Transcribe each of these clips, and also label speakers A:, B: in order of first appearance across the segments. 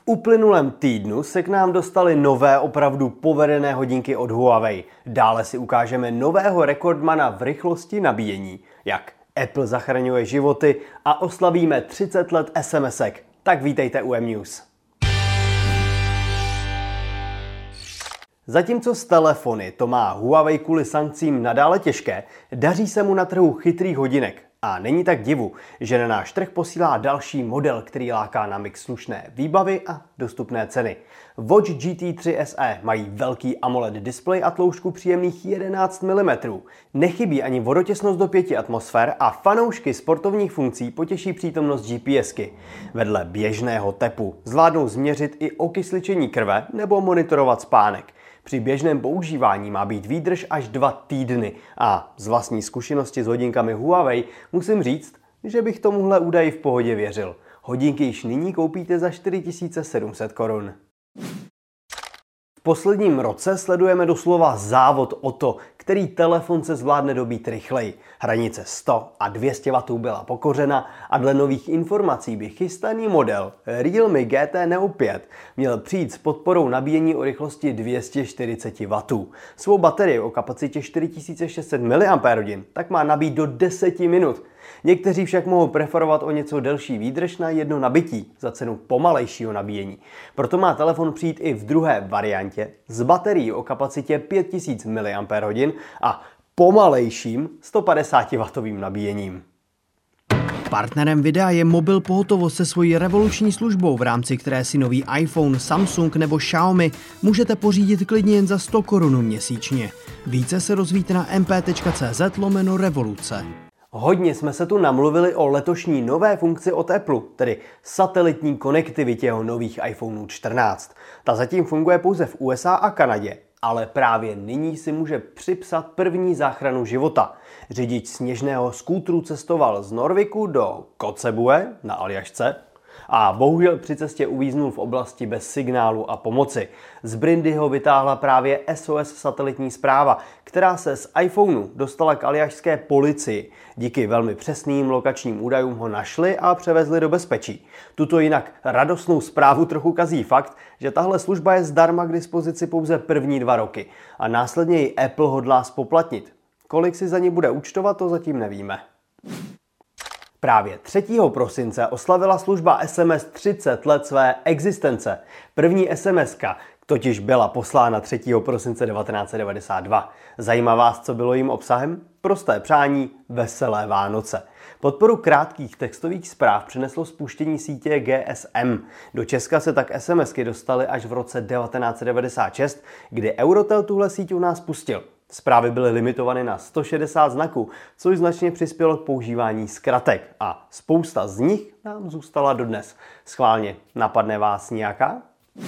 A: V uplynulém týdnu se k nám dostaly nové opravdu povedené hodinky od Huawei. Dále si ukážeme nového rekordmana v rychlosti nabíjení, jak Apple zachraňuje životy a oslavíme 30 let SMSek. Tak vítejte u M-News. Zatímco s telefony to má Huawei kvůli sankcím nadále těžké, daří se mu na trhu chytrých hodinek. A není tak divu, že na náš trh posílá další model, který láká na mix slušné výbavy a dostupné ceny. Watch GT3 SE mají velký AMOLED displej a tloušťku příjemných 11 mm. Nechybí ani vodotěsnost do 5 atmosfér a fanoušky sportovních funkcí potěší přítomnost GPSky. Vedle běžného tepu zvládnou změřit i okysličení krve nebo monitorovat spánek. Při běžném používání má být výdrž až 2 týdny a z vlastní zkušenosti s hodinkami Huawei musím říct, že bych tomuhle údaji v pohodě věřil. Hodinky již nyní koupíte za 4700 korun. V posledním roce sledujeme doslova závod o to, který telefon se zvládne dobít rychleji. Hranice 100 a 200 W byla pokořena a dle nových informací by chystaný model Realme GT Neo 5 měl přijít s podporou nabíjení o rychlosti 240 W. Svou baterii o kapacitě 4600 mAh tak má nabít do 10 minut. Někteří však mohou preferovat o něco delší výdrž na jedno nabití za cenu pomalejšího nabíjení. Proto má telefon přijít i v druhé variantě s baterií o kapacitě 5000 mAh a pomalejším 150W nabíjením.
B: Partnerem videa je Mobil Pohotovost se svojí revoluční službou, v rámci které si nový iPhone, Samsung nebo Xiaomi můžete pořídit klidně jen za 100 korun měsíčně. Více se dozvíte na mp.cz/revoluce.
A: Hodně jsme se tu namluvili o letošní nové funkci od Apple, tedy satelitní konektivitě jeho nových iPhoneů 14. Ta zatím funguje pouze v USA a Kanadě, ale právě nyní si může připsat první záchranu života. Řidič sněžného skútru cestoval z Norviku do Kotzebue na Aljašce a bohužel při cestě uvíznul v oblasti bez signálu a pomoci. Z brindy ho vytáhla právě SOS satelitní zpráva, která se z iPhoneu dostala k aljašské policii. Díky velmi přesným lokačním údajům ho našli a převezli do bezpečí. Tuto jinak radostnou zprávu trochu kazí fakt, že tahle služba je zdarma k dispozici pouze první 2 roky a následně ji Apple hodlá zpoplatnit. Kolik si za ní bude účtovat, to zatím nevíme. Právě 3. prosince oslavila služba SMS 30 let své existence. První SMS-ka totiž byla poslána 3. prosince 1992. Zajímá vás, co bylo jím obsahem? Prosté přání, veselé Vánoce. Podporu krátkých textových zpráv přineslo spuštění sítě GSM. Do Česka se tak SMSky dostaly až v roce 1996, kdy Eurotel tuhle síť u nás pustil. Zprávy byly limitovány na 160 znaků, což značně přispělo k používání zkratek a spousta z nich nám zůstala dodnes. Schválně, napadne vás nějaká?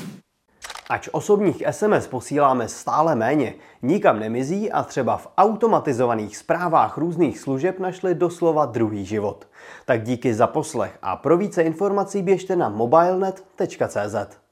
A: Ač osobních SMS posíláme stále méně, nikam nemizí a třeba v automatizovaných zprávách různých služeb našli doslova druhý život. Tak díky za poslech a pro více informací běžte na mobilenet.cz.